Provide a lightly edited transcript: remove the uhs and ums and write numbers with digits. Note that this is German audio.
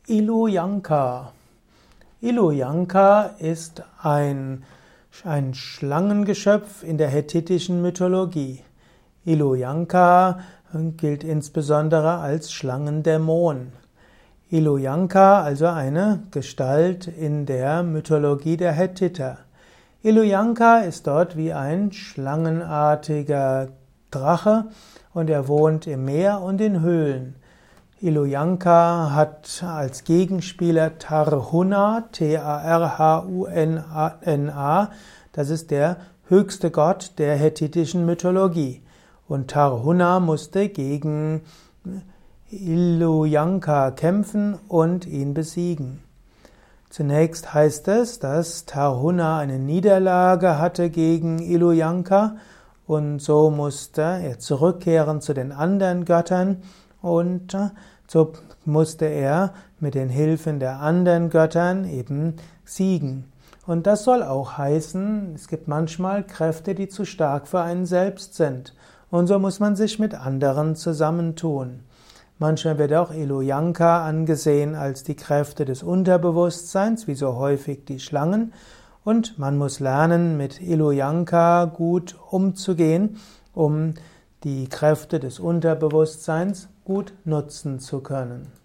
Iluyanka. Iluyanka ist ein Schlangengeschöpf in der hethitischen Mythologie. Iluyanka gilt insbesondere als Schlangendämon. Iluyanka, also eine Gestalt in der Mythologie der Hethiter. Iluyanka ist dort wie ein schlangenartiger Drache und er wohnt im Meer und in Höhlen. Iluyanka hat als Gegenspieler Tarhuna, Tarhuna, das ist der höchste Gott der hethitischen Mythologie. Und Tarhuna musste gegen Iluyanka kämpfen und ihn besiegen. Zunächst heißt es, dass Tarhuna eine Niederlage hatte gegen Iluyanka und so musste er zurückkehren zu den anderen Göttern und so musste er mit den Hilfen der anderen Göttern eben siegen. Und das soll auch heißen, es gibt manchmal Kräfte, die zu stark für einen selbst sind. Und so muss man sich mit anderen zusammentun. Manchmal wird auch Iluyanka angesehen als die Kräfte des Unterbewusstseins, wie so häufig die Schlangen. Und man muss lernen, mit Iluyanka gut umzugehen, um die Kräfte des Unterbewusstseins gut nutzen zu können.